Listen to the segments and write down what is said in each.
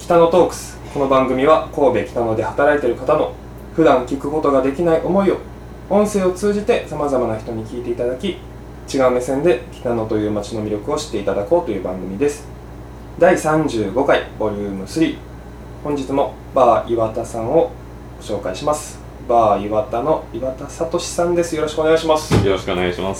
北野トークス。この番組は神戸北野で働いている方の普段聞くことができない思いを音声を通じてさまざまな人に聞いていただき、違う目線で北野という街の魅力を知っていただこうという番組です。第35回ボリューム3。本日もバー岩田さんをご紹介します。バー岩田の岩田聡さんです。よろしくお願いします。 よろしくお願いします。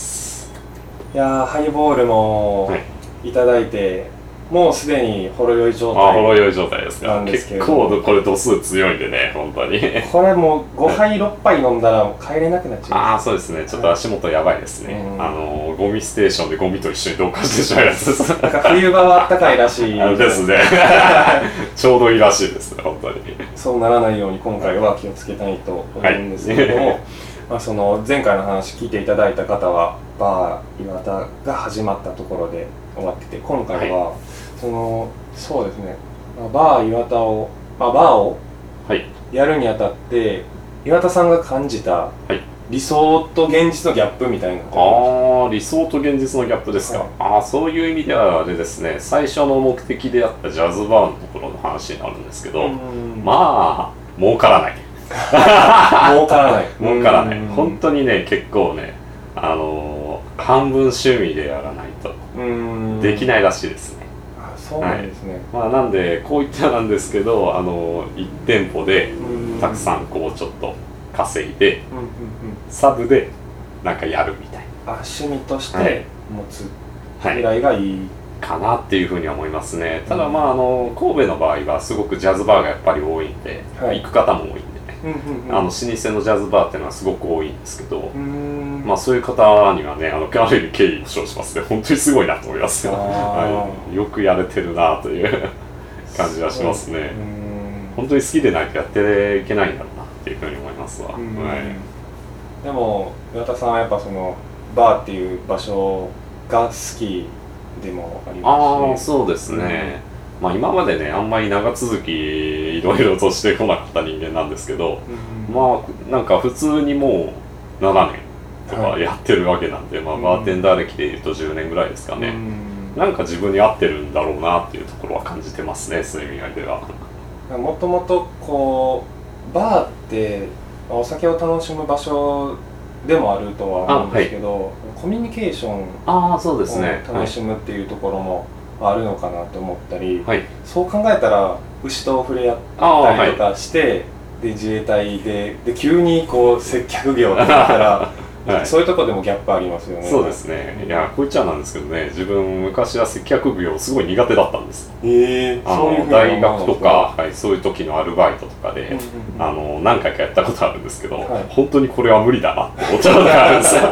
いやー、ハイボールもいただいて、もうすでにほろ酔い状態ほろ酔い状態ですか。 なんですけれど結構これ度数強いんでね、本当にこれもう5杯6杯飲んだら帰れなくなっちゃう。 そうですね、ちょっと足元やばいですね、ゴミステーションでゴミと一緒に同化してしまうやつです。 なんか冬場はあったかいらしいですねちょうどいいらしいですね、本当に。 そうならないように今回は気をつけたいと思うんですけれども、その前回の話聞いていただいた方はバー岩田が始まったところで終わってて、今回は、そうですね、バー岩田を、バーをやるにあたって岩田さんが感じた理想と現実のギャップみたいな。 理想と現実のギャップですか。そういう意味ではあれですね、最初の目的であったジャズバーのところの話になるんですけど、儲からない儲からない本当にね、結構ね、半分趣味でやらないとできないらしいですね。 そうなんですね。 なんでこう言ったらなんですけど、1店舗でたくさんこうちょっと稼いで、サブでなんかやるみたいな、 趣味として持つぐらいがいい、 かなっていうふうには思いますね。ただ神戸の場合はすごくジャズバーがやっぱり多いんで、行く方も多いんでね、老舗のジャズバーっていうのはすごく多いんですけど、そういう方にはね、かなり敬意を表しますね。本当にすごいなと思いますよ。よくやれてるなという感じがしますね。本当に好きでないとやっていけないんだろうなっていうふうに思いますわ。 でも岩田さんはやっぱそのバーっていう場所が好きでもありますし。 そうですね、今までね、あんまり長続きいろいろとしてこなかった人間なんですけど、なんか普通にもう7年とかやってるわけなんで、バーテンダー歴でいうと10年ぐらいですかね。なんか自分に合ってるんだろうなっていうところは感じてますね、そういう意味では。 もともとこうバーってお酒を楽しむ場所でもあるとは思うんですけど、コミュニケーションを楽しむっていうところもあるのかなと思ったり、そう考えたら牛と触れ合ったりとかして、で自衛隊で急にこう接客業とかだったらそういうところでもギャップありますよね。 そうですね。いや、こう言っちゃなんですけどね、自分昔は接客業すごい苦手だったんです。大学とか、そういう時のアルバイトとかで何回かやったことあるんですけど、本当にこれは無理だなって思っちゃうのがあるんですよ。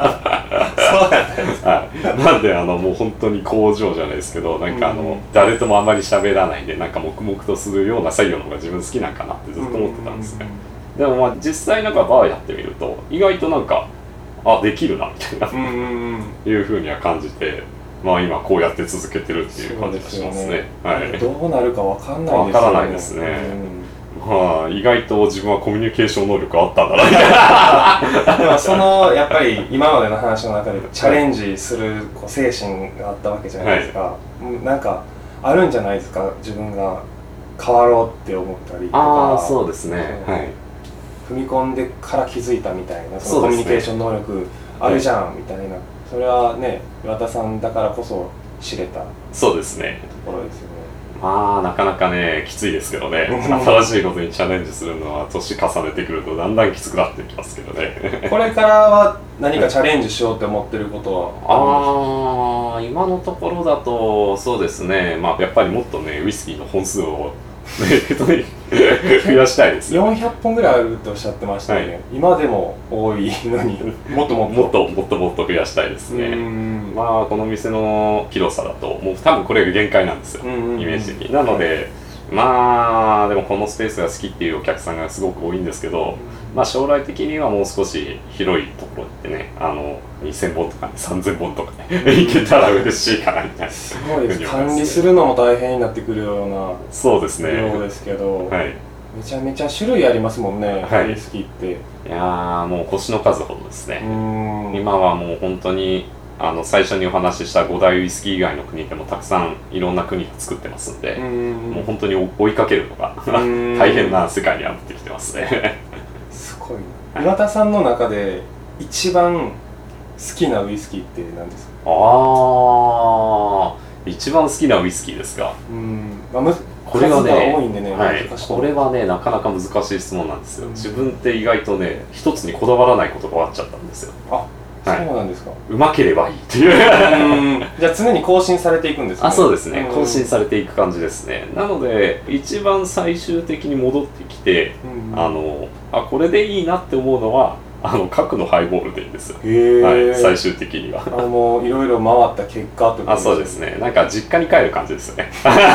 なんでもう本当に工場じゃないですけど、なんか誰ともあまり喋らないでなんか黙々とするような作業の方が自分好きなんかなってずっと思ってたんですね。でも実際なんかバーやってみると意外となんかできるなみたいないうふうには感じて、今こうやって続けてるっていう感じがしますね。 どうなるか分かんないですよね。 分からないですね。意外と自分はコミュニケーション能力あったんだなみたいな。やっぱり今までの話の中でチャレンジする精神があったわけじゃないですか。なんかあるんじゃないですか、自分が変わろうって思ったりとか。 そうですね。 踏み込んでから気づいたみたいな、そのコミュニケーション能力あるじゃんみたいな、それはね、岩田さんだからこそ知れたそうですねところですよね。 なかなかね、きついですけどね、新しいことにチャレンジするのは年重ねてくるとだんだんきつくなってきますけどね。 これからは何かチャレンジしようって思ってることはあるんですか？ 今のところだとそうですね、やっぱりもっとね、ウイスキーの本数を増やしたいですよ。 400本ぐらいあるっておっしゃってましたよね。今でも多いのにもっと増やしたいですね。この店の広さだともう多分これが限界なんですよ、イメージ的に。なのででもこのスペースが好きっていうお客さんがすごく多いんですけど、将来的にはもう少し広いところでね、2000本とかね、3000本とかねいけたら嬉しいかなみたいな。 すごいです。管理するのも大変になってくるようなそうですね量ですけど、めちゃめちゃ種類ありますもんね、ウイスキーって。 いやもう星の数ほどですね。今はもう本当に最初にお話しした5大ウイスキー以外の国でもたくさんいろんな国が作ってますんで、もう本当に追いかけるのが大変な世界になってきてますね。 すごいな。岩田さんの中で一番好きなウイスキーって何ですか？ 一番好きなウイスキーですか。 これはね、多いんでね、 これはね、なかなか難しい質問なんですよ。自分って意外とね、一つにこだわらないことがあっちゃったんですよ。 そうなんですか。 うまければいいっていうじゃあ常に更新されていくんですね。 そうですね、更新されていく感じですね。なので一番最終的に戻ってきて、これでいいなって思うのは核のハイボールでいいんですよ。最終的にはもういろいろ回った結果ってことですね。 そうですね。なんか実家に帰る感じですよね。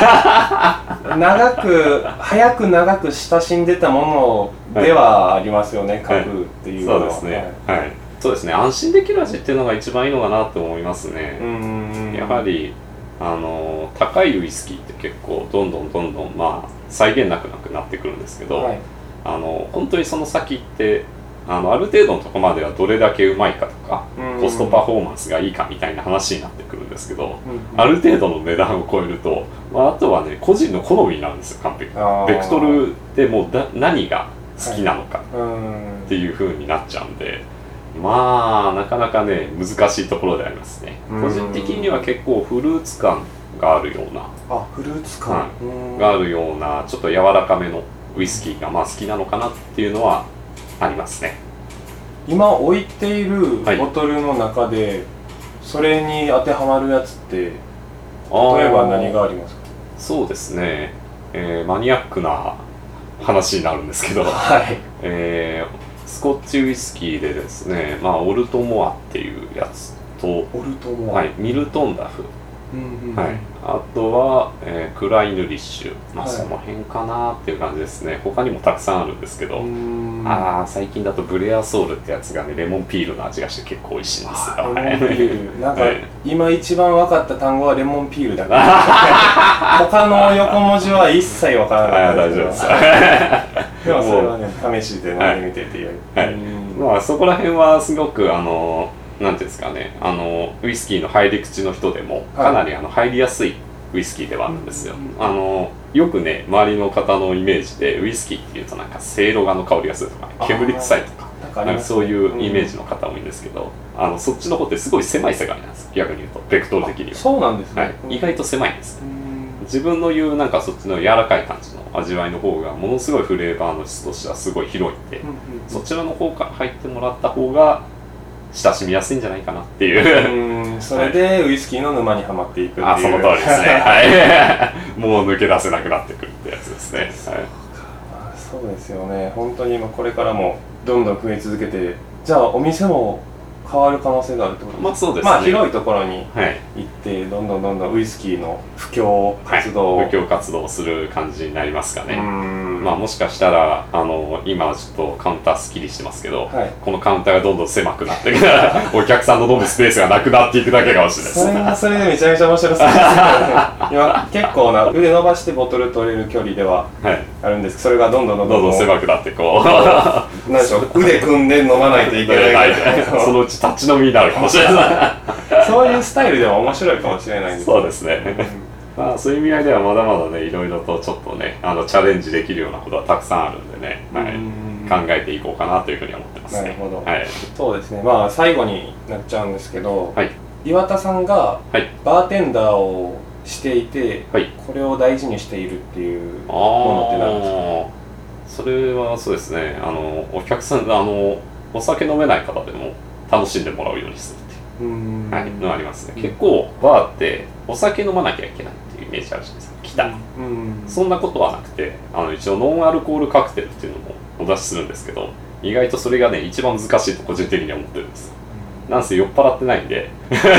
早く長く親しんでたものではありますよね、核っていうのは。 そうですね。そうですね、安心できる味っていうのが一番いいのかなと思いますね。やはり高いウイスキーって結構どんどん際限なくなってくるんですけど、本当にその先ってある程度のとこまではどれだけうまいかとか、コストパフォーマンスがいいかみたいな話になってくるんですけど、ある程度の値段を超えると、あとはね、個人の好みになるんですよ、完璧に。ベクトルでもう何が好きなのかっていう風になっちゃうんで、なかなかね、難しいところでありますね。個人的には結構フルーツ感があるような、 フルーツ感があるようなちょっと柔らかめのウイスキーが好きなのかなっていうのはありますね。 今置いているボトルの中で、それに当てはまるやつって例えば何がありますか？ そうですね、マニアックな話になるんですけど、スコッチウイスキーでですね、オルトモアっていうやつと、ミルトンダフ、あとは、クライヌリッシュ、その辺かなっていう感じですね。他にもたくさんあるんですけど、最近だとブレアソウルってやつがね、レモンピールの味がして結構美味しいんですよ。 レモンピールなんか、今一番分かった単語はレモンピールだから他の横文字は一切分からない。 大丈夫です。 でもそれはね、試しで飲んでみてっていう。 そこら辺はすごくなんていうんですかね、ウイスキーの入り口の人でもかなり入りやすいウイスキーではあるんですよ。よくね、周りの方のイメージでウイスキーっていうとなんかせいろがの香りがするとか、煙臭いとか、そういうイメージの方多いんですけど、そっちの方ってすごい狭い世界なんです。逆に言うとベクトル的には。 そうなんですね。 意外と狭いんです。自分の言うなんかそっちの柔らかい感じの味わいの方がものすごいフレーバーの質としてはすごい広いんで、そちらの方から入ってもらった方が親しみやすいんじゃないかなっていう。 それでウイスキーの沼にはまっていくっていう。 その通りですね。もう抜け出せなくなってくるってやつですね。 そうですよね。本当に今これからもどんどん増え続けて、じゃあお店も変わる可能性があるってことですか？ そうですね。 広いところに行って、どんどんウイスキーの布教活動をする感じになりますかね。もしかしたら今はちょっとカウンターすっきりしてますけど、このカウンターがどんどん狭くなっていくお客さんの飲むスペースがなくなっていくだけかもしれないです。 それはそれでめちゃめちゃ面白そうですね。今結構な腕伸ばしてボトル取れる距離ではあるんですけど、それがどんどん狭くなってこう何でしょう、腕組んで飲まないといけないそのうち立ち飲みになるかもしれないそういうスタイルでも面白いかもしれないんです。 そうですね。そういう意味合いではまだまだね、いろいろとちょっとね、チャレンジできるようなことはたくさんあるんでね、考えていこうかなというふうに思ってますね。 なるほど。そうですね。最後になっちゃうんですけど、岩田さんがバーテンダーをしていて、これを大事にしているっていうものって何ですか？ それはそうですね。お客さんがお酒飲めない方でも楽しんでもらうようにするっていうのありますね。結構バーってお酒飲まなきゃいけないっていうイメージあるじゃないですか。来た。そんなことはなくて、一応ノンアルコールカクテルっていうのもお出しするんですけど、意外とそれがね、一番難しいと個人的には思ってるんです。なんせ酔っ払ってないんで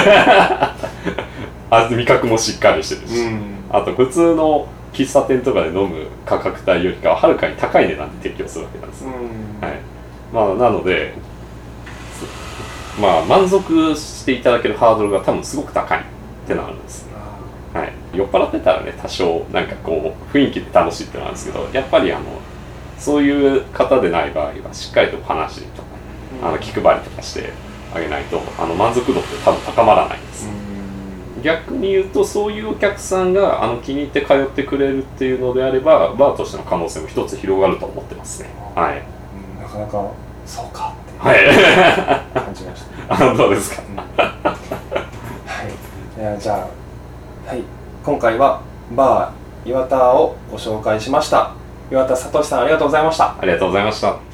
味覚もしっかりしてるし、あと普通の喫茶店とかで飲む価格帯よりかははるかに高い値段で提供するわけなんです。なので満足していただけるハードルが多分すごく高いってのがあるんです。酔っ払ってたらね、多少なんかこう雰囲気で楽しいってのなんですけど、やっぱりそういう方でない場合はしっかりと話とか気配りとかしてあげないと満足度って多分高まらないんです。逆に言うとそういうお客さんが気に入って通ってくれるっていうのであればバーとしての可能性も一つ広がると思ってますね。はい、 なかなかそうかって、 はい、 感じました、 どうですか、 はい、じゃあ、はい、今回はバー岩田をご紹介しました。岩田聡さん、ありがとうございました。 ありがとうございました。